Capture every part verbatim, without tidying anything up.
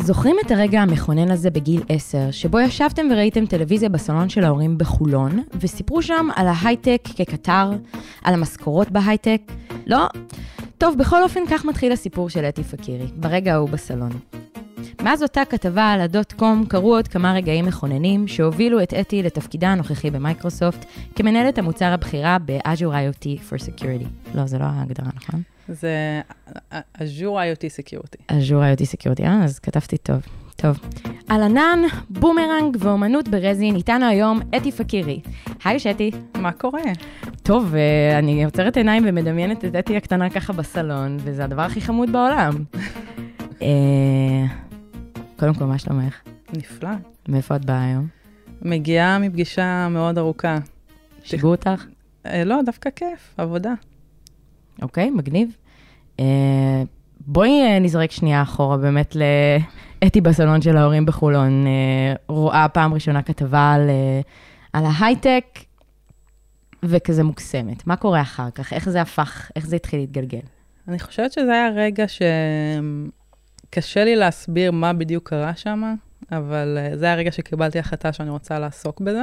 זוכרים את הרגע המכונן הזה בגיל עשר, שבו ישבתם וראיתם טלוויזיה בסלון של ההורים בחולון, וסיפרו שם על ההייטק כקטר, על המשכורות בהייטק? לא? טוב, בכל אופן כך מתחיל הסיפור של אתי פקירי, ברגע ההוא בסלון. מאז אותה כתבה על הדוט קום קרו עוד כמה רגעים מכוננים שהובילו את אתי לתפקידה הנוכחי במייקרוסופט כמנהלת המוצר הבחירה ב-Azure איי או טי for Security. לא, זה לא ההגדרה, נכון? זה Azure איי או טי Security. Azure איי או טי Security, אה? אז כתבתי טוב. טוב. על ענן, בומרנג ואומנות ברזין, איתנו היום אתי פקירי. היי שתי. מה קורה? טוב, אני יוצרת עיניים ומדמיינת את אתי הקטנה ככה בסלון, וזה הדבר הכי חמוד בעולם. קודם כל, מה שלומך? נפלא. מאיפה את באה היום? מגיעה מפגישה מאוד ארוכה. שיגעו אותך? לא, דווקא כיף, עבודה. אוקיי, מגניב. בואי נזרק שנייה אחורה באמת לאתי בסלון של ההורים בחולון. רואה פעם ראשונה כתבה על, על ההייטק, וכזה מוקסמת. מה קורה אחר כך? איך זה הפך? איך זה התחיל להתגלגל? אני חושבת שזה היה רגע שקשה לי להסביר מה בדיוק קרה שם, אבל זה היה רגע שקיבלתי החלטה שאני רוצה לעסוק בזה.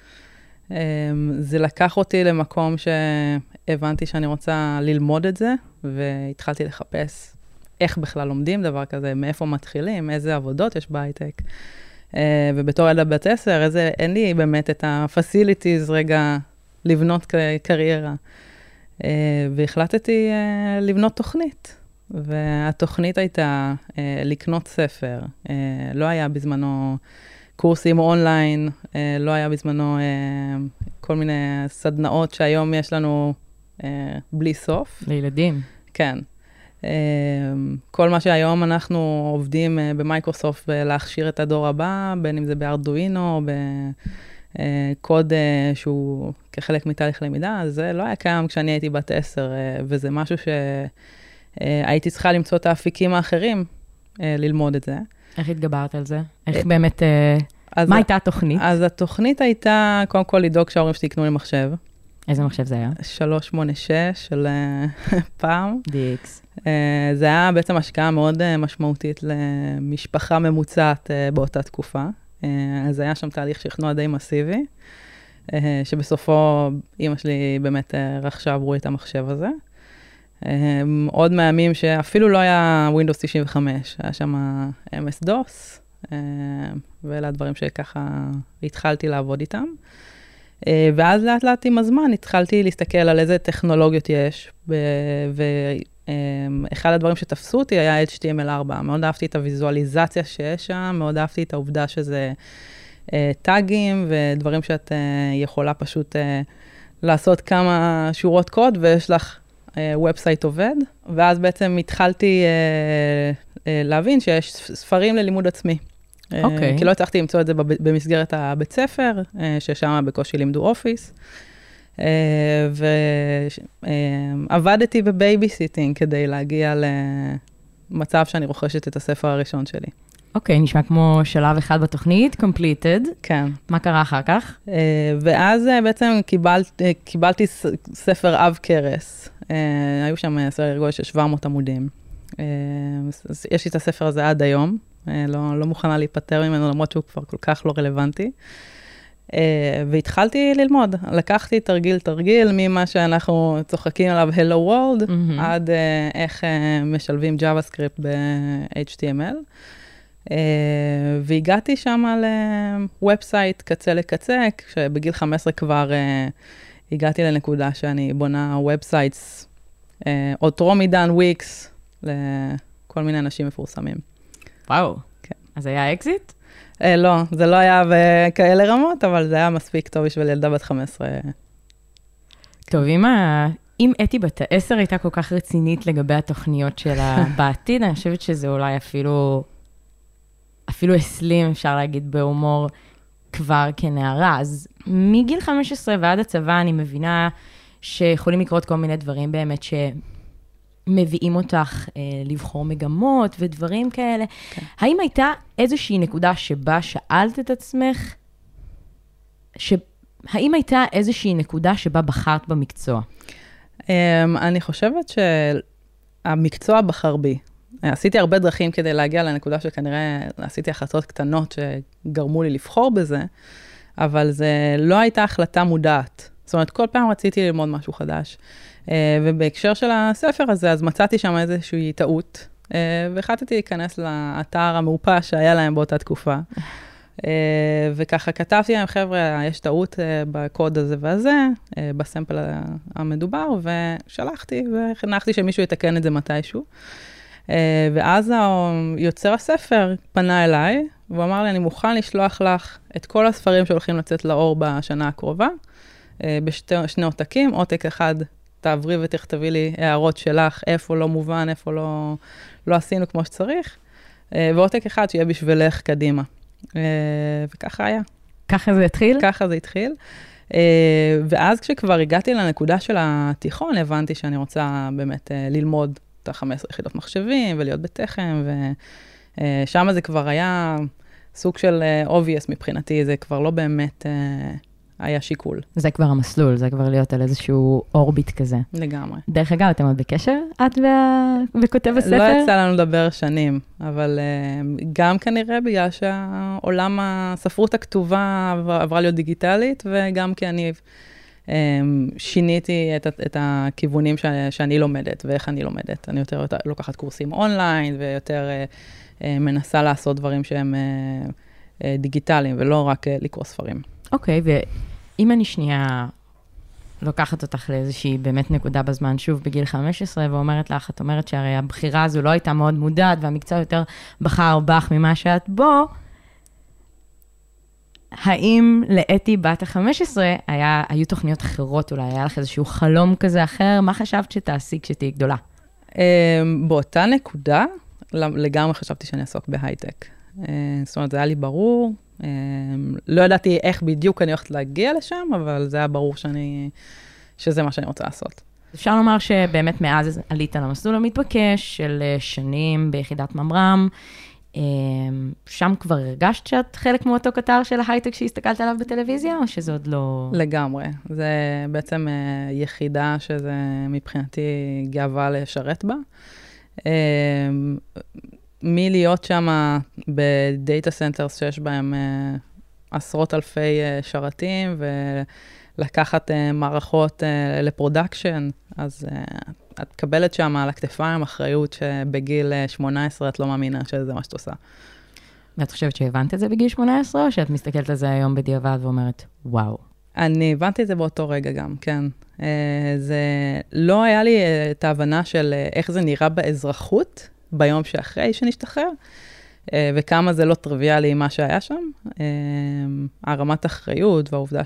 זה לקח אותי למקום שהבנתי שאני רוצה ללמוד את זה, והתחלתי לחפש איך בכלל לומדים דבר כזה, מאיפה מתחילים, איזה עבודות יש בהייטק. ובתור ילדה בת עשר, איזה, אין לי באמת את ה-facilities רגע לבנות קריירה. והחלטתי לבנות תוכנית. והתוכנית הייתה לקנות ספר. לא היה בזמנו קורסים אונליין, לא היה בזמנו כל מיני סדנאות שהיום יש לנו בלי סוף. לילדים. כן. כל מה שהיום אנחנו עובדים במייקרוסופט להכשיר את הדור הבא, בין אם זה בארדואינו או בקוד שהוא כחלק מתהליך למידה, אז זה לא היה קיים כשאני הייתי בת עשר, וזה משהו שהייתי צריכה למצוא את האפיקים האחרים ללמוד את זה. איך התגברת על זה? איך באמת, מה הייתה התוכנית? אז התוכנית הייתה, קודם כל, לדאוג שההורים שלי יקנו לי מחשב. איזה מחשב זה היה? שלוש שמונה שש של פעם. די אקס. זה היה בעצם השקעה מאוד משמעותית למשפחה ממוצעת באותה תקופה. אז היה שם תהליך שכנוע די מסיבי, שבסופו אמא שלי באמת רכשה עבורי את המחשב הזה. עוד מהימים שאפילו לא היה ווינדוס תשעים וחמש, היה שם אם אס דוס, ואלה הדברים שככה התחלתי לעבוד איתם. ואז לאט לאט עם הזמן התחלתי להסתכל על איזה טכנולוגיות יש, ואחד הדברים שתפסו אותי היה אייץ' טי אם אל ארבע. מאוד אהבתי את הוויזואליזציה שיש שם, מאוד אהבתי את העובדה שזה טאגים ודברים שאת יכולה פשוט לעשות כמה שורות קוד, ויש לך ובסייט עובד, ואז בעצם התחלתי להבין שיש ספרים ללימוד עצמי. אוקיי. כי לא הצלחתי למצוא את זה במסגרת הבית ספר, ששם בקושי לימדו אופיס, ועבדתי בבייביסיטינג כדי להגיע למצב שאני רוכשת את הספר הראשון שלי. אוקיי, נשמע כמו שלב אחד בתוכנית, completed. כן. מה קרה אחר כך? ואז בעצם קיבלתי ספר אב קרס. היו שם ספר גודל של שבע מאות עמודים. יש לי את הספר הזה עד היום. לא, לא מוכנה להיפטר ממנו, למרות שהוא כבר כל כך לא רלוונטי. והתחלתי ללמוד. לקחתי תרגיל תרגיל, ממה שאנחנו צוחקים עליו Hello World, mm-hmm. עד איך משלבים JavaScript ב-אייץ' טי אם אל. והגעתי שם לוובסייט קצה לקצה, כשבגיל חמש עשרה כבר הגעתי לנקודה שאני בונה וובסייטס, עוד טרום-עידן וויקס, לכל מיני אנשים מפורסמים. וואו, כן. אז היה אקזיט? אה, לא, זה לא היה בכאלה רמות, אבל זה היה מספיק טוב בשביל ילדה בת חמש עשרה. טוב, אם, ה... אם אתי בת עשר הייתה כל כך רצינית לגבי התוכניות שלה בעתיד, אני חושבת שזה אולי אפילו, אפילו עשרים, אפשר להגיד בהומור, כבר כנערה. אז מגיל חמש עשרה ועד הצבא אני מבינה שיכולים לקרות כל מיני דברים באמת ש... מביאים אותך אה, לבחור מגמות ודברים כאלה. כן. האם הייתה איזושהי נקודה שבה שאלת את עצמך, ש... האם הייתה איזושהי נקודה שבה בחרת במקצוע? אני חושבת שהמקצוע בחר בי. עשיתי הרבה דרכים כדי להגיע לנקודה שכנראה עשיתי החלטות קטנות שגרמו לי לבחור בזה, אבל זה לא הייתה החלטה מודעת. זאת אומרת, כל פעם רציתי ללמוד משהו חדש. ובהקשר של הספר הזה, אז מצאתי שם איזושהי טעות, והחלטתי להיכנס לאתר המאופש שהיה להם באותה תקופה. וככה כתבתי להם, חבר'ה, יש טעות בקוד הזה והזה, בסמפל המדובר, ושלחתי, וחנכתי שמישהו יתקן את זה מתישהו. ואז יוצר הספר פנה אליי, והוא אמר לי, אני מוכן לשלוח לך את כל הספרים שהולכים לצאת לאור בשנה הקרובה, בשני עותקים, עותק אחד, תעברי ותכתבי לי הערות שלך, איפה לא מובן, איפה לא, לא עשינו כמו שצריך, ועותק אחד שיהיה בשבילך קדימה. וככה היה. ככה זה התחיל? ככה זה התחיל. ואז כשכבר הגעתי לנקודה של התיכון, הבנתי שאני רוצה באמת ללמוד את ה-חמש עשרה יחידות מחשבים, ולהיות בתכם, ושם זה כבר היה סוג של obvious מבחינתי, זה כבר לא באמת היה שיקול. זה כבר המסלול, זה כבר להיות על איזשהו אורביט כזה. לגמרי. דרך אגב, אתם עוד בקשר? את וה... וכותב הספר? לא יצא לנו לדבר שנים, אבל uh, גם כנראה בגלל שהעולם הספרות הכתובה עברה להיות דיגיטלית, וגם כי אני um, שיניתי את, את הכיוונים ש, שאני לומדת, ואיך אני לומדת. אני יותר, יותר לוקחת קורסים אונליין, ויותר uh, uh, מנסה לעשות דברים שהם uh, uh, דיגיטליים, ולא רק uh, לקרוא ספרים. אוקיי, ואם אני שנייה לוקחת אותך לאיזושהי באמת נקודה בזמן, שוב בגיל חמש עשרה, ואומרת לך, את אומרת שהרי הבחירה הזו לא הייתה מאוד מודעת, והמקצוע יותר בחר בך ממה שאת בו, האם לאתי בת ה-חמש עשרה היה, היו תוכניות אחרות אולי, היה לך איזשהו חלום כזה אחר, מה חשבת שתעשי כשתהיי גדולה? באותה נקודה, לגמרי חשבתי שאני אעסוק בהייטק. זאת אומרת, זה היה לי ברור, לא ידעתי איך בדיוק אני הולכת להגיע לשם, אבל זה היה ברור שאני, שזה מה שאני רוצה לעשות. אפשר לומר שבאמת מאז עלית על המסלול המתבקש של שנים ביחידת ממר"ם, שם כבר הרגשת שאת חלק מאותו קטר של ההייטק שהסתכלת עליו בטלוויזיה, או שזה עוד לא... לגמרי. זה בעצם יחידה שזה מבחינתי גאווה לשרת בה. מי להיות שם בדאטה סנטרס שיש בהם uh, עשרות אלפי uh, שרתים, ולקחת uh, מערכות uh, לפרודקשן, אז uh, את קבלת שם על הכתפיים אחריות שבגיל uh, שמונה עשרה את לא מאמינה שזה מה שאת עושה. ואת חושבת שהבנת את זה בגיל שמונה עשרה, או שאת מסתכלת על זה היום בדיעבד ואומרת, וואו? אני הבנתי את זה באותו רגע גם, כן. Uh, זה לא היה לי uh, את ההבנה של uh, איך זה נראה באזרחות, ביום שאחרי שנשתחרר, וכמה זה לא טריוויאלי מה שהיה שם. הרמת אחריות והעובדה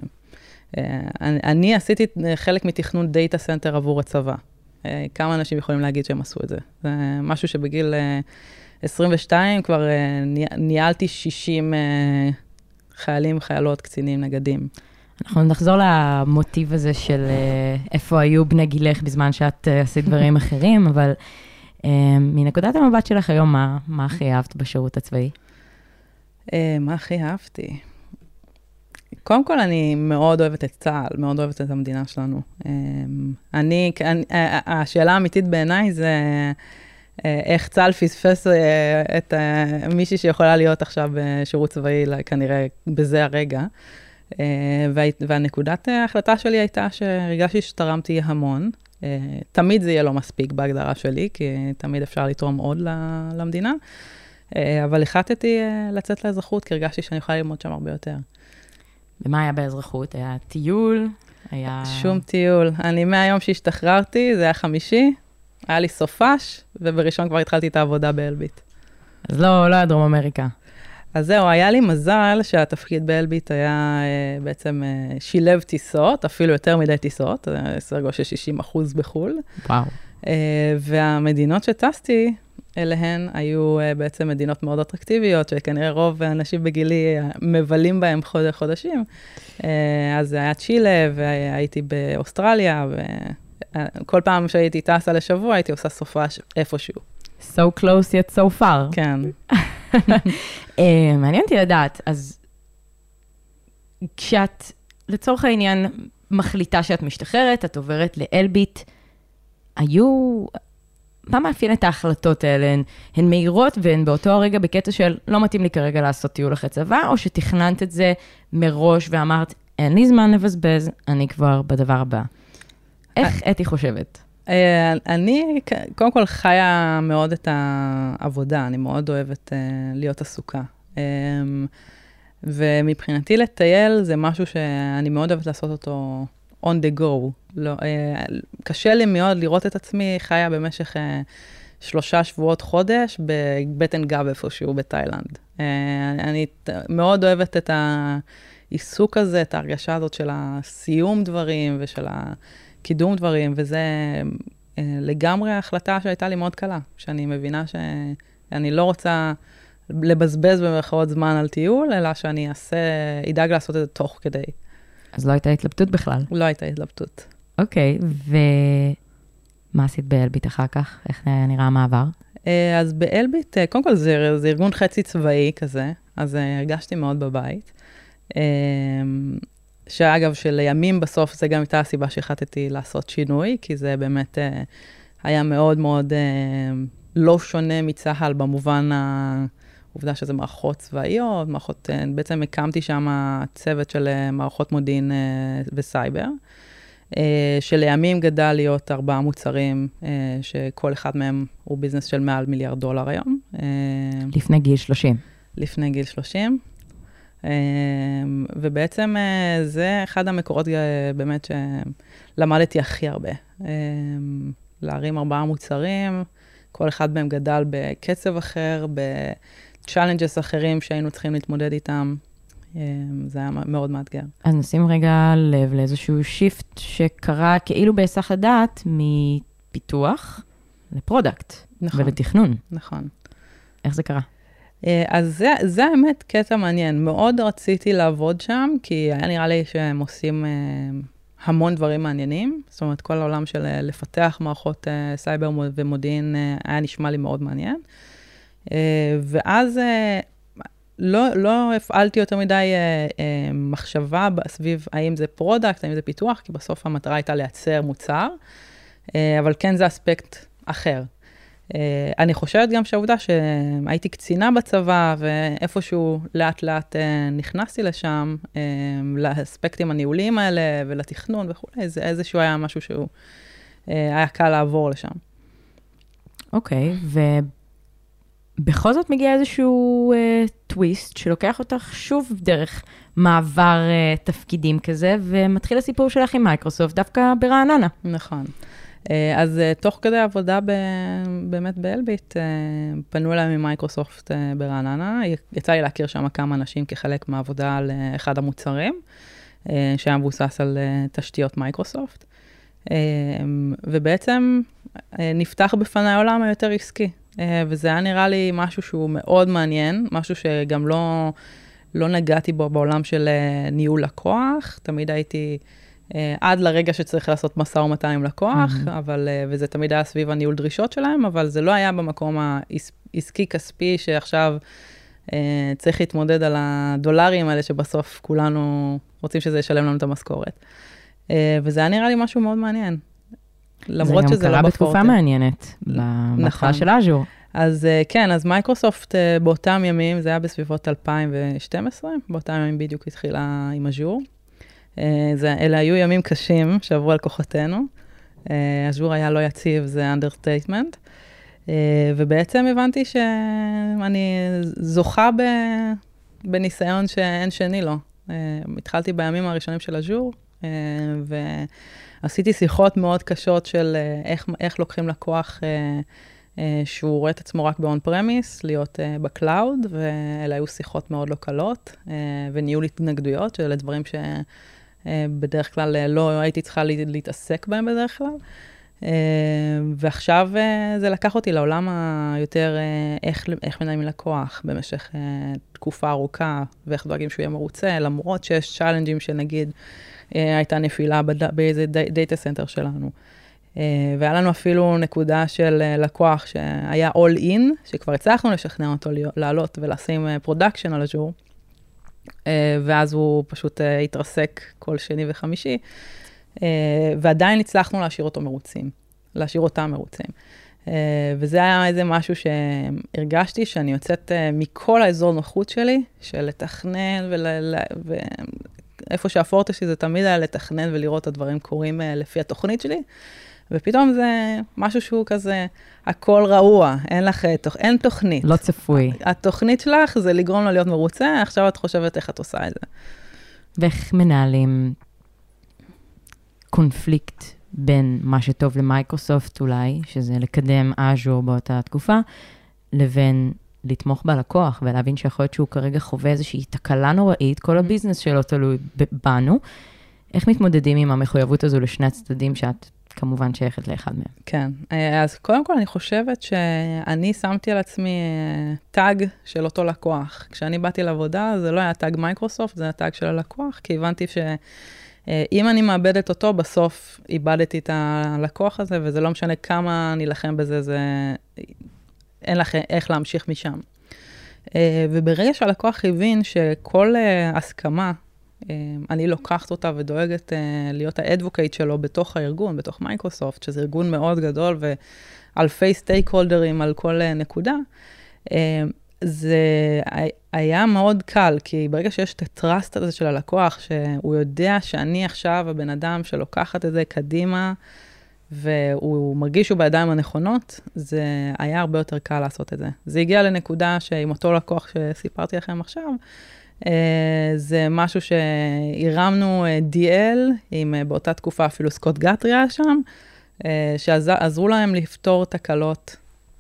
שאני עשיתי חלק מתכנון דאטה סנטר עבור הצבא. כמה אנשים יכולים להגיד שהם עשו את זה. זה משהו שבגיל עשרים ושתיים כבר ניהלתי שישים חיילים, חיילות, קצינים, נגדים. אנחנו נחזור למוטיב הזה של איפה היו בני גילך בזמן שאת עשית דברים אחרים, אבל מנקודת המבט שלך היום, מה, מה הכי אהבת בשירות הצבאי? מה הכי אהבתי? קודם כל, אני מאוד אוהבת את צה"ל, מאוד אוהבת את המדינה שלנו. אני, השאלה האמיתית בעיניי זה איך צה"ל פספס את מישהי שיכולה להיות עכשיו בשירות צבאי, כנראה בזה הרגע. והנקודת ההחלטה שלי הייתה שהרגשתי שתרמתי המון. תמיד זה יהיה לא מספיק בהגדרה שלי, כי תמיד אפשר לתרום עוד למדינה, אבל החלטתי לצאת לאזרחות, כי הרגשתי שאני יכולה ללמוד שם הרבה יותר. ומה היה באזרחות? היה טיול? היה... שום טיול. אני מהיום שהשתחררתי, זה היה חמישי, היה לי סופש, ובראשון כבר התחלתי את העבודה באלביט. אז לא, לא היה דרום אמריקה. אז זהו, היה לי מזל שהתפקיד באלביט היה uh, בעצם uh, שילב טיסות, אפילו יותר מדי טיסות, סרגו של שישים אחוז בחול. וואו. Uh, והמדינות שטסתי אליהן היו uh, בעצם מדינות מאוד אטרקטיביות, שכנראה רוב האנשים בגילי uh, מבלים בהם חוד, חודשים. Uh, אז זה היה צ'ילה, והייתי באוסטרליה, וכל פעם שהייתי טסה לשבוע, הייתי עושה סופש איפשהו. So close yet so far. כן. מעניין אותי לדעת, אז כשאת לצורך העניין מחליטה שאת משתחררת, את עוברת לאלביט, היו, מה מאפיין את ההחלטות האלה? הן, הן מהירות והן באותו הרגע בקטע של לא מתאים לי כרגע לעשות טיול אחרי צבא, או שתכננת את זה מראש ואמרת, אין לי זמן לבזבז, אני כבר בדבר הבא. איך אתי חושבת? אני קודם כל חיה מאוד את העבודה, אני מאוד אוהבת להיות עסוקה. ומבחינתי לטייל זה משהו שאני מאוד אוהבת לעשות אותו on the go. לא, קשה לי מאוד לראות את עצמי חיה במשך שלושה שבועות חודש בבטן גב איפשהו בתאילנד. אני מאוד אוהבת את העיסוק הזה, את ההרגשה הזאת של הסיום דברים ושל הקידום דברים, וזה לגמרי ההחלטה שהייתה לי מאוד קלה, שאני מבינה שאני לא רוצה לבזבז במרכאות זמן על טיול, אלא שאני אעשה, ידאג לעשות את זה תוך כדי. אז לא הייתה התלבטות בכלל? לא הייתה התלבטות. אוקיי, ומה עשית באלביט אחר כך? איך נראה המעבר? אז באלביט, קודם כל זה, זה ארגון חצי צבאי כזה, אז הרגשתי מאוד בבית. שאגב, שלימים בסוף זה גם הייתה הסיבה שהחלטתי לעשות שינוי, כי זה באמת היה מאוד מאוד לא שונה מצהל במובן העובדה שזה מערכות צבאיות, מערכות, בעצם הקמתי שם צוות של מערכות מודיעין וסייבר, שלימים גדל להיות ארבעה מוצרים, שכל אחד מהם הוא ביזנס של מעל מיליארד דולר היום. לפני גיל שלושים. לפני גיל שלושים. ובעצם זה אחד המקורות באמת שלמדתי הכי הרבה. להרים ארבעה מוצרים, כל אחד מהם גדל בקצב אחר, בצ'אלנג'ס אחרים שהיינו צריכים להתמודד איתם. זה היה מאוד מאתגר. אז נשים רגע לב לאיזשהו שיפט שקרה כאילו בהיסח הדעת מפיתוח לפרודקט. נכון. ולתכנון. נכון. איך זה קרה? אז זה, זה האמת קטע מעניין. מאוד רציתי לעבוד שם, כי היה נראה לי שהם עושים המון דברים מעניינים. זאת אומרת, כל העולם של לפתח מערכות סייבר ומודיעין היה נשמע לי מאוד מעניין. ואז לא, לא הפעלתי יותר מדי מחשבה סביב האם זה פרודקט, האם זה פיתוח, כי בסוף המטרה הייתה לייצר מוצר, אבל כן זה אספקט אחר. אני חושבת גם שהעובדה שהייתי קצינה בצבא, ואיפשהו לאט לאט נכנסתי לשם, לאספקטים הניהוליים האלה ולתכנון וכו', זה איזשהו היה משהו שהוא היה קל לעבור לשם. אוקיי, ובכל זאת מגיע איזשהו טוויסט שלוקח אותך שוב דרך מעבר תפקידים כזה, ומתחיל הסיפור שלך עם מייקרוסופט דווקא ברעננה. נכון. אז תוך כדי עבודה באמת באלביט, פנו אליי ממייקרוסופט ברעננה, יצא לי להכיר שם כמה אנשים כחלק מהעבודה על אחד המוצרים, שהיה מבוסס על תשתיות מייקרוסופט, ובעצם נפתח בפני העולם היותר עסקי, וזה היה נראה לי משהו שהוא מאוד מעניין, משהו שגם לא, לא נגעתי בו בעולם של ניהול לקוח, תמיד הייתי עד לרגע שצריך לעשות מסע ומתן עם לקוח, אבל, וזה תמיד היה סביב הניהול דרישות שלהם, אבל זה לא היה במקום העסקי-כספי שעכשיו צריך להתמודד על הדולרים האלה שבסוף כולנו רוצים שזה ישלם לנו את המשכורת. וזה היה נראה לי משהו מאוד מעניין. למרות שזה לא בפורטה. זה גם קרה בתקופה מעניינת, בהתחלה של אז'ור. אז כן, אז מייקרוסופט באותם ימים, זה היה בסביבות אלפיים ושתים עשרה, באותם ימים בדיוק התחילה עם אז'ור. זה, אלה היו ימים קשים שעברו על כוחותינו. אז'ור היה לא יציב, זה understatement. ובעצם הבנתי שאני זוכה ב, בניסיון שאין שני לו. התחלתי בימים הראשונים של אז'ור, ועשיתי שיחות מאוד קשות של איך, איך לוקחים לקוח שהוא רואה את עצמו רק באון פרמיס, להיות בקלאוד, ואלה היו שיחות מאוד לא קלות, וניהול התנגדויות, שאלה דברים שבדרך כלל לא הייתי צריכה להתעסק בהם בדרך כלל. ועכשיו זה לקח אותי לעולם היותר, איך, איך מנהלים לקוח במשך תקופה ארוכה, ואיך דואגים שהוא יהיה מרוצה, למרות שיש צ'אלנג'ים שנגיד הייתה נפילה באיזה דאטה סנטר שלנו. והיה לנו אפילו נקודה של לקוח שהיה all in, שכבר הצלחנו לשכנע אותו לעלות ולשים פרודקשן על אז'ור, ואז הוא פשוט התרסק כל שני וחמישי, ועדיין הצלחנו להשאיר אותו מרוצים, להשאיר אותם מרוצים. וזה היה איזה משהו שהרגשתי שאני יוצאת מכל האזור נוחות שלי, של לתכנן ואיפה שהפורטה שלי זה תמיד היה לתכנן ולראות את הדברים קורים לפי התוכנית שלי, ופתאום זה משהו שהוא כזה, הכל רעוע, אין לך, אין תוכנית. לא צפוי. התוכנית שלך זה לגרום לו להיות מרוצה, עכשיו את חושבת איך את עושה את זה. ואיך מנהלים קונפליקט בין מה שטוב למייקרוסופט אולי, שזה לקדם Azure באותה תקופה, לבין לתמוך בלקוח ולהבין שיכול להיות שהוא כרגע חווה איזושהי תקלה נוראית, כל הביזנס שלו תלוי בנו. איך מתמודדים עם המחויבות הזו לשני הצדדים שאת כמובן שייכת לאחד מהם? כן, אז קודם כל אני חושבת שאני שמתי על עצמי טאג של אותו לקוח. כשאני באתי לעבודה, זה לא היה טאג מייקרוסופט, זה היה טאג של הלקוח, כי הבנתי שאם אני מאבדת אותו, בסוף איבדתי את הלקוח הזה, וזה לא משנה כמה נלחם בזה, זה אין לך איך להמשיך משם. וברגע שהלקוח הבין שכל הסכמה, אני לוקחת אותה ודואגת להיות האדבוקייט שלו בתוך הארגון, בתוך מייקרוסופט, שזה ארגון מאוד גדול ואלפי סטייק הולדרים על כל נקודה, זה היה מאוד קל, כי ברגע שיש את הטראסט הזה של הלקוח, שהוא יודע שאני עכשיו הבן אדם שלוקחת את זה קדימה, והוא מרגיש שהוא בידיים הנכונות, זה היה הרבה יותר קל לעשות את זה. זה הגיע לנקודה שעם אותו לקוח שסיפרתי לכם עכשיו, זה משהו שהרמנו די אל, עם באותה תקופה אפילו סקוט גטריה שם, שעזרו להם לפתור תקלות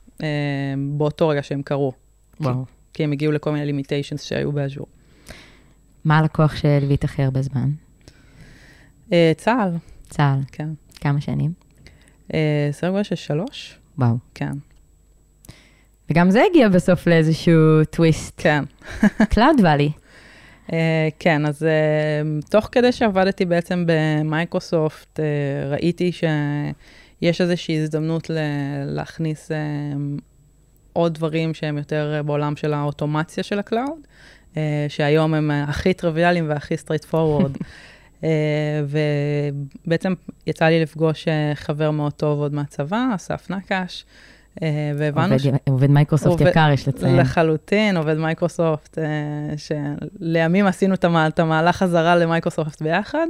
באותו רגע שהם קרו. וואו. כי, כי הם הגיעו לכל מיני לימיטיישנס שהיו באז'ור. מה הלקוח שהלווית הכי הרבה זמן? צהל. צהל. כן. כמה שנים? סדר גודל של שלוש. וואו. כן. וגם זה הגיע בסוף לאיזשהו טוויסט. כן. Cloud Valley. Uh, כן, אז uh, תוך כדי שעבדתי בעצם במייקרוסופט, uh, ראיתי שיש איזושהי הזדמנות ל- להכניס uh, עוד דברים שהם יותר בעולם של האוטומציה של הקלאוד, uh, שהיום הם הכי טריוויאליים והכי straight forward. uh, ובעצם יצא לי לפגוש uh, חבר מאוד טוב עוד מהצבא, אסף נקש, עובד, ש... עובד מייקרוסופט עובד, יקר, יש לציין. לחלוטין, עובד מייקרוסופט, שלימים עשינו את המהלך חזרה למייקרוסופט ביחד,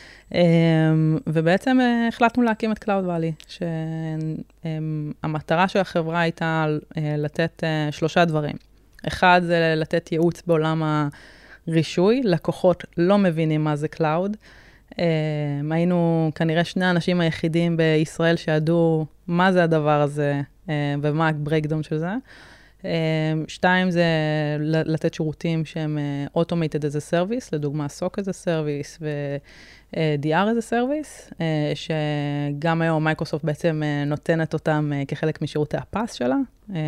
ובעצם החלטנו להקים את Cloud Valley, שהמטרה של החברה הייתה לתת שלושה דברים. אחד זה לתת ייעוץ בעולם הרישוי, לקוחות לא מבינים מה זה Cloud, היינו כנראה שני האנשים היחידים בישראל שידעו מה זה הדבר הזה, ומה ה-breakdown של זה. שתיים זה לתת שירותים שהם automated as a service, לדוגמה סוק as a service ו-די אר as a service, שגם היום מייקרוסופט בעצם נותנת אותם כחלק משירותי הפס שלה.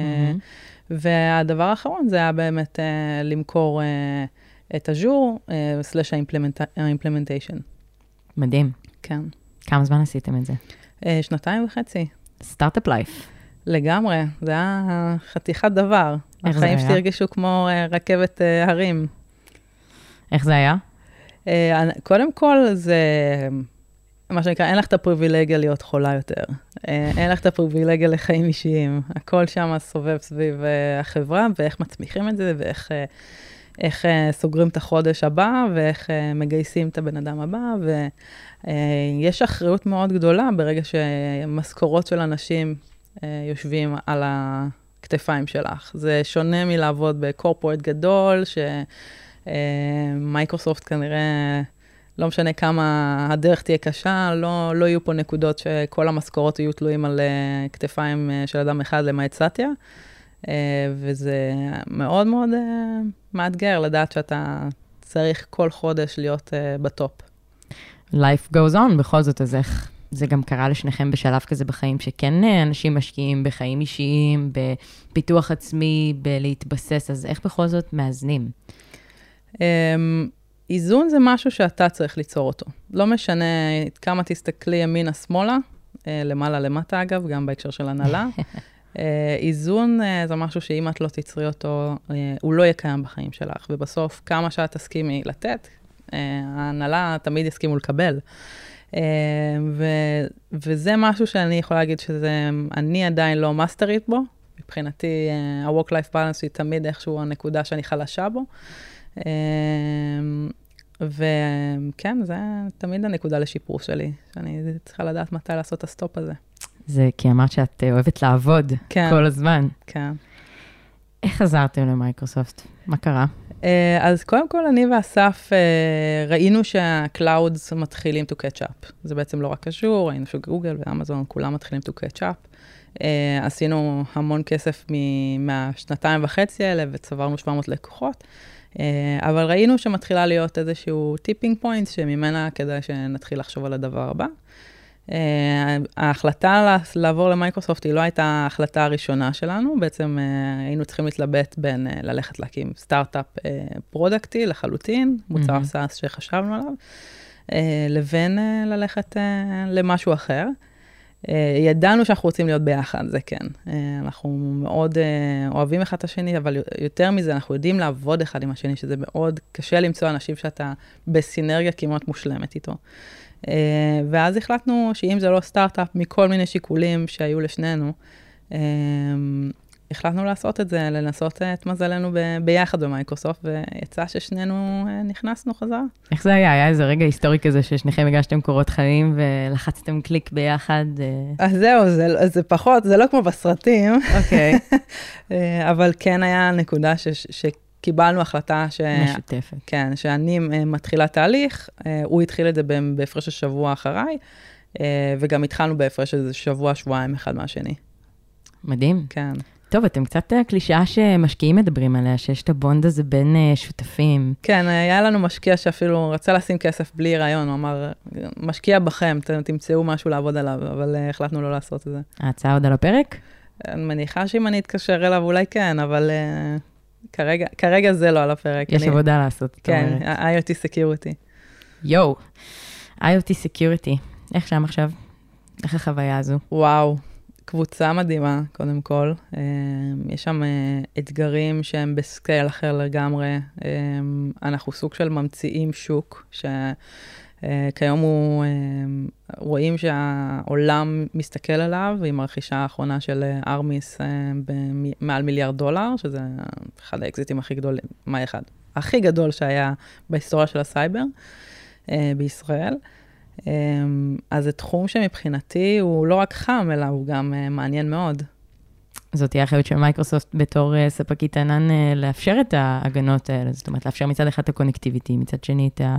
והדבר האחרון זה היה באמת למכור את Azure, סלש ה-implementation. מדהים. כן. כמה זמן עשיתם את זה? שנתיים וחצי. סטארט-אפ לייף. לגמרי, זה היה חתיכת דבר. החיים שלי הרגישו כמו רכבת הרים. איך זה היה? קודם כל, זה מה שנקרא, אין לך את הפריבילגיה להיות חולה יותר. אין לך את הפריבילגיה לחיים אישיים. הכל שם סובב סביב החברה, ואיך מצמיחים את זה, ואיך איך סוגרים את החודש הבא, ואיך מגייסים את הבן אדם הבא, ויש אחריות מאוד גדולה ברגע שמשכורות של אנשים יושבים על הכתפיים שלך. זה שונה מלעבוד בקורפורט גדול, שמייקרוסופט כנראה, לא משנה כמה הדרך תהיה קשה, לא, לא יהיו פה נקודות שכל המשכורות יהיו תלויים על כתפיים של אדם אחד למעט סטיה, וזה מאוד מאוד מאתגר לדעת שאתה צריך כל חודש להיות בטופ. Life goes on, בכל זאת, אז איך זה גם קרה לשניכם בשלב כזה בחיים, שכן אנשים משקיעים בחיים אישיים, בפיתוח עצמי, בלהתבסס, אז איך בכל זאת מאזנים? איזון זה משהו שאתה צריך ליצור אותו. לא משנה כמה תסתכלי ימינה שמאלה, למעלה למטה אגב, גם בהקשר של הנהלה. איזון זה משהו שאם את לא תצרי אותו, הוא לא יהיה קיים בחיים שלך, ובסוף כמה שאת תסכימי לתת, ההנהלה תמיד יסכימו לקבל. ו- וזה משהו שאני יכולה להגיד שזה, אני עדיין לא מאסטרית בו, מבחינתי ה-work-life balance היא תמיד איכשהו הנקודה שאני חלשה בו, וכן, זה תמיד הנקודה לשיפור שלי, שאני צריכה לדעת מתי לעשות את הסטופ הזה. זה כי אמרת שאת אוהבת לעבוד כן. כל הזמן. כן. איך חזרתם למייקרוסופט? מה קרה? אז קודם כל, אני ואסף ראינו שה-clouds מתחילים to catch up. זה בעצם לא רק קשור, ראינו שגוגל ואמזון, כולם מתחילים to catch up. עשינו המון כסף מהשנתיים וחצי האלה, וצברנו שבע מאות לקוחות. אבל ראינו שמתחילה להיות איזשהו טיפינג פוינט, שממנה כדאי שנתחיל לחשוב על הדבר הבא. ההחלטה לעבור למייקרוסופט היא לא הייתה ההחלטה הראשונה שלנו, בעצם היינו צריכים להתלבט בין ללכת להקים סטארט-אפ פרודקטי לחלוטין, מוצר סאס שחשבנו עליו, לבין ללכת למשהו אחר. ידענו שאנחנו רוצים להיות ביחד, זה כן. אנחנו מאוד אוהבים אחד את השני, אבל יותר מזה אנחנו יודעים לעבוד אחד עם השני, שזה מאוד קשה למצוא אנשים שאתה בסינרגיה כמעט מושלמת איתו. ואז החלטנו שאם זה לא סטארט-אפ, מכל מיני שיקולים שהיו לשנינו, החלטנו לעשות את זה, לנסות את מזלנו ביחד במייקרוסופט, ויצא ששנינו נכנסנו חזרה. איך זה היה? היה איזה רגע היסטורי כזה ששניכם הגשתם קורות חיים ולחצתם קליק ביחד? אז זהו, זה, זה פחות, זה לא כמו בסרטים. אוקיי. אבל כן היה נקודה ש... ש קיבלנו החלטה ש... משותפת. כן, שאני מתחילה תהליך, הוא התחיל את זה בהפרש השבוע אחריי, וגם התחלנו בהפרש איזה שבוע, שבועיים אחד מהשני. מדהים. כן. טוב, אתם קצת קלישאה שמשקיעים מדברים עליה, שיש את הבונד הזה בין שותפים. כן, היה לנו משקיע שאפילו רצה לשים כסף בלי רעיון, הוא אמר, משקיע בכם, תמצאו משהו לעבוד עליו, אבל החלטנו לא לעשות את זה. ההצעה עוד על הפרק? אני מניחה שאם אני אתקשר אליו, אולי כן, אבל... כרגע, כרגע זה לא על הפרק. יש אני... עבודה לעשות. כן, איי או טי Security. יו, איי או טי Security. איך שם עכשיו? איך החוויה הזו? וואו, קבוצה מדהימה, קודם כל. יש שם אתגרים שהם בסקייל אחר לגמרי. אנחנו סוג של ממציאים שוק, שכיום הוא, רואים שהעולם מסתכל עליו, עם הרכישה האחרונה של ארמיס במעל מיליארד דולר, שזה אחד האקזיטים הכי גדולים, מה אחד? הכי גדול שהיה בהיסטוריה של הסייבר בישראל. אז זה תחום שמבחינתי הוא לא רק חם, אלא הוא גם מעניין מאוד. זאת תהיה האחריות של מייקרוסופט בתור ספקית ענן לאפשר את ההגנות האלה, זאת אומרת, לאפשר מצד אחד את הקונקטיביטי, מצד שני את, ה...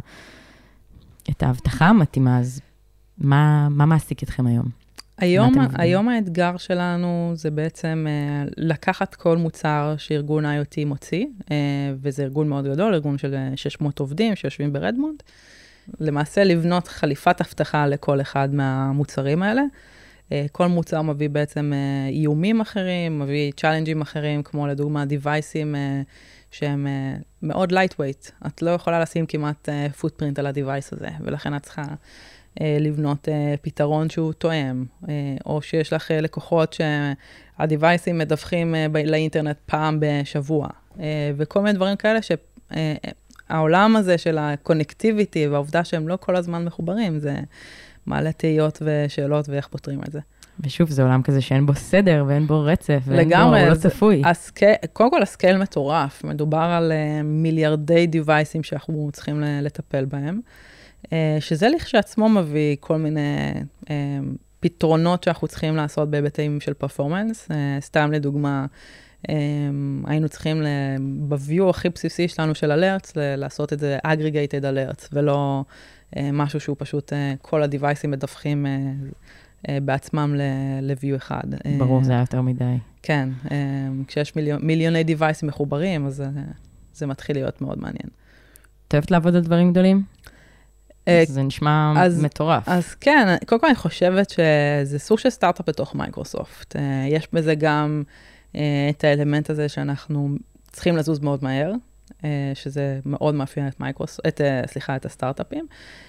את ההבטחה המתאימה, אז מה, מה מעסיק אתכם היום? היום, היום האתגר שלנו זה בעצם לקחת כל מוצר שארגון איי או טי מוציא, וזה ארגון מאוד גדול, ארגון של שש מאות עובדים שיושבים ברדמונד, למעשה לבנות חליפת הבטחה לכל אחד מהמוצרים האלה. כל מוצר מביא בעצם איומים אחרים, מביא צ'אלנג'ים אחרים, כמו לדוגמה דיווייסים שהם מאוד lightweight. את לא יכולה לשים כמעט פוטפרינט על הדיווייס הזה, ולכן את צריכה לבנות פתרון שהוא תואם, או שיש לך לקוחות שהדיווייסים מדווחים לאינטרנט פעם בשבוע, וכל מיני דברים כאלה ש... העולם הזה של הקונקטיביטי והעובדה שהם לא כל הזמן מחוברים, זה מעלה תהיות ושאלות ואיך פותרים את זה. ושוב, זה עולם כזה שאין בו סדר ואין בו רצף, לגמרי, ואין בו, לא צפוי. הסקייל, קודם כל, הסקייל מטורף. מדובר על uh, מיליארדי דיווייסים שאנחנו צריכים לטפל בהם, uh, שזה לכשעצמו מביא כל מיני uh, פתרונות שאנחנו צריכים לעשות בהיבטים של פרפורמנס. Uh, סתם לדוגמה, Um, היינו צריכים, ב-view הכי בסיסי שלנו של alerts, לעשות את זה aggregated alerts, ולא uh, משהו שהוא פשוט, uh, כל הדיווייסים מדווחים uh, uh, בעצמם ל-view אחד. ברור, uh, זה היה יותר מדי. כן, uh, כשיש מיליון, מיליוני דיווייסים מחוברים, אז uh, זה מתחיל להיות מאוד מעניין. את אוהבת לעבוד על דברים גדולים? Uh, זה נשמע אז, מטורף. אז כן, קודם כל אני חושבת שזה סוג של סטארט-אפ בתוך מייקרוסופט. Uh, יש בזה גם... את האלמנט הזה שאנחנו צריכים לזוז מאוד מהר, שזה מאוד מאפיין את מייקרוסופט, את, סליחה, את הסטארט-אפים.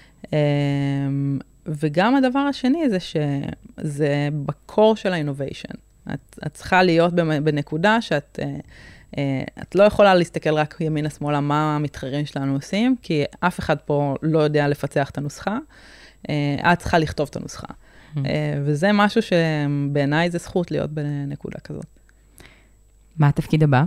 וגם הדבר השני זה שזה בקור של האינוביישן. את, את צריכה להיות בנקודה שאת את לא יכולה להסתכל רק ימינה שמאלה מה המתחרים שלנו עושים, כי אף אחד פה לא יודע לפצח את הנוסחה. את צריכה לכתוב את הנוסחה. וזה משהו שבעיניי זה זכות להיות בנקודה כזאת. מה התפקיד הבא?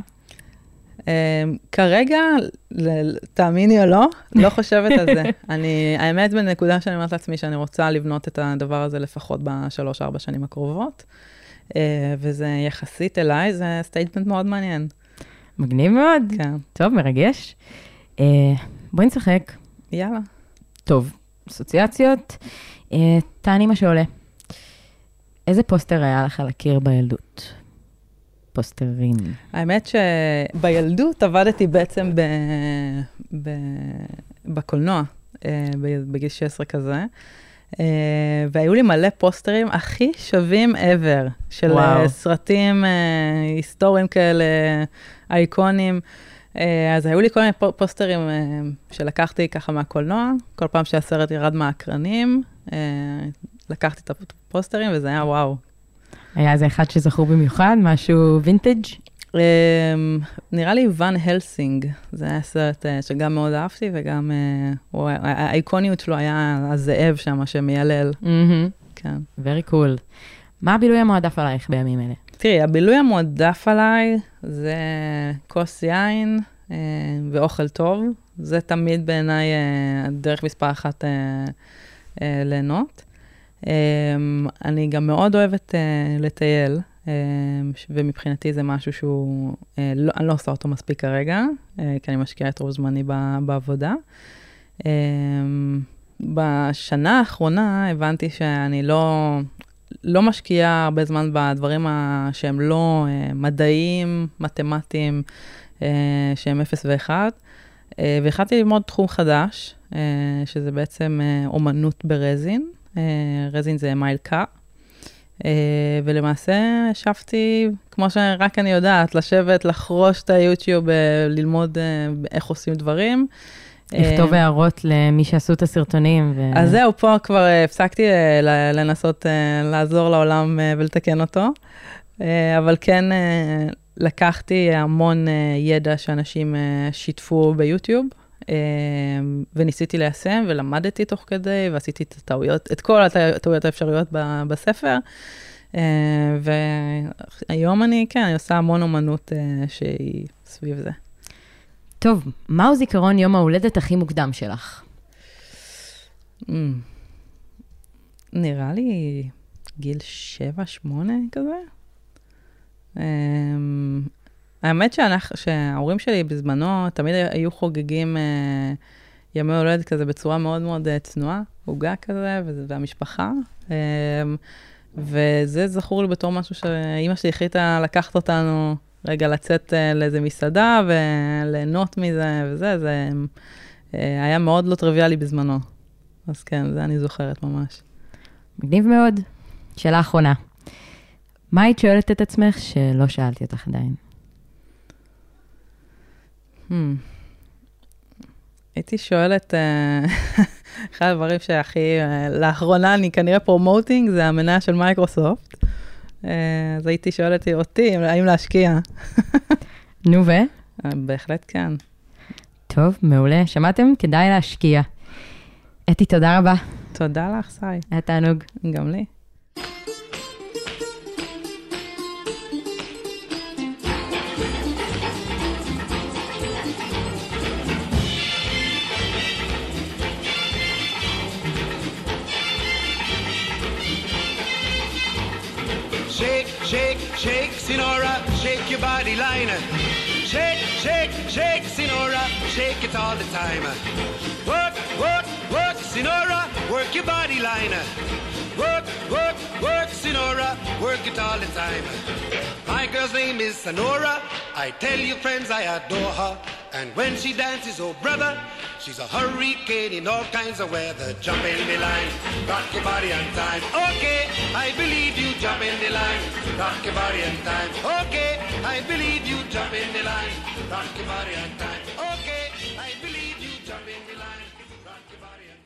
כרגע, תאמיני או לא, לא חושבת על זה. אני, האמת בנקודה שאני אומרת לעצמי שאני רוצה לבנות את הדבר הזה לפחות בשלוש, ארבע שנים הקרובות, וזה יחסית אליי, זה סטייטמנט מאוד מעניין. מגניב מאוד. כן. טוב, מרגש. בואי נשחק. יאללה. טוב, אסוציאציות. תעני מה שעולה. איזה פוסטר היה לך להכיר בילדות? פוסטרים. האמת שבילדות עבדתי בעצם ב... ב... בקולנוע, בגיל שש עשרה כזה, והיו לי מלא פוסטרים הכי שווים ever, של וואו. סרטים היסטוריים כאלה, אייקונים. אז היו לי כל מיני פוסטרים שלקחתי ככה מהקולנוע, כל פעם שהסרט ירד מהאקרנים, לקחתי את הפוסטרים וזה היה וואו. היה איזה אחד שזכור במיוחד, משהו וינטג'? נראה לי ואן הלסינג, זה היה סרט שגם מאוד אהבתי, וגם האיקוניות שלו היה הזאב שם, שמיילל. כן. Very cool. מה הבילוי המועדף עלייך בימים אלה? תראי, הבילוי המועדף עליי זה כוס יין ואוכל טוב. זה תמיד בעיניי דרך מספר אחת ליהנות. אני גם מאוד אוהבת לטייל, ומבחינתי זה משהו שהוא, אני לא עושה אותו מספיק כרגע, כי אני משקיעה את רוב זמני בעבודה. בשנה האחרונה הבנתי שאני לא, לא משקיעה הרבה זמן בדברים שהם לא מדעיים, מתמטיים, שהם אפס ואחד, והחלטתי ללמוד תחום חדש, שזה בעצם אומנות ברזין. רזין זה מיילקה, ולמעשה ישבתי, כמו שרק אני יודעת, לשבת, לחרוש את היוטיוב, ללמוד איך עושים דברים. לכתוב הערות למי שעשו את הסרטונים. אז זהו, פה כבר הפסקתי לנסות לעזור לעולם ולתקן אותו, אבל כן לקחתי המון ידע שאנשים שיתפו ביוטיוב, וניסיתי ליישם, ולמדתי תוך כדי, ועשיתי את הטעויות, את כל הטעויות האפשריות בספר, והיום אני, כן, אני עושה המון אומנות שהיא סביב זה. טוב, מהו זיכרון יום ההולדת הכי מוקדם שלך? נראה לי גיל שבע, שמונה כזה. האמת שאנחנו, שההורים שלי בזמנו תמיד היו חוגגים אה, ימי הולדת כזה בצורה מאוד מאוד אה, צנועה, הוגה כזה, והמשפחה. אה, וזה זכור לי בתור משהו שאמא שלי החליטה לקחת אותנו רגע לצאת אה, לאיזה מסעדה וליהנות מזה וזה, זה אה, היה מאוד לא טריוויאלי בזמנו. אז כן, זה אני זוכרת ממש. מגניב מאוד. שאלה אחרונה. מה היית שואלת את עצמך שלא שאלתי אותך עדיין? Hmm. הייתי שואלת, אחד הדברים שהכי, לאחרונה אני כנראה פרומוטינג, זה המניה של מייקרוסופט. אז הייתי שואלת אותי, האם להשקיע. נו ו? בהחלט כן. טוב, מעולה. שמעתם? כדאי להשקיע. אתי, תודה רבה. תודה לך, סי. היה תענוג. גם לי. Shake, shake, shake, Sinora, shake your body line. Shake, shake, shake, Sinora, shake it all the time. Work, work, work, Sinora, work your body line. Work, work, work, Sinora, work it all the time. My girl's name is Sonora. I tell you friends I adore her. And when she dances, oh brother, she's a hurricane in all kinds of weather. Jump in the line, rock your body on time. Okay, I believe you, jump in the line, rock your body on time. Okay, I believe you, jump in the line, rock your body on time. Okay, I believe you, jump in the line, rock your body on time.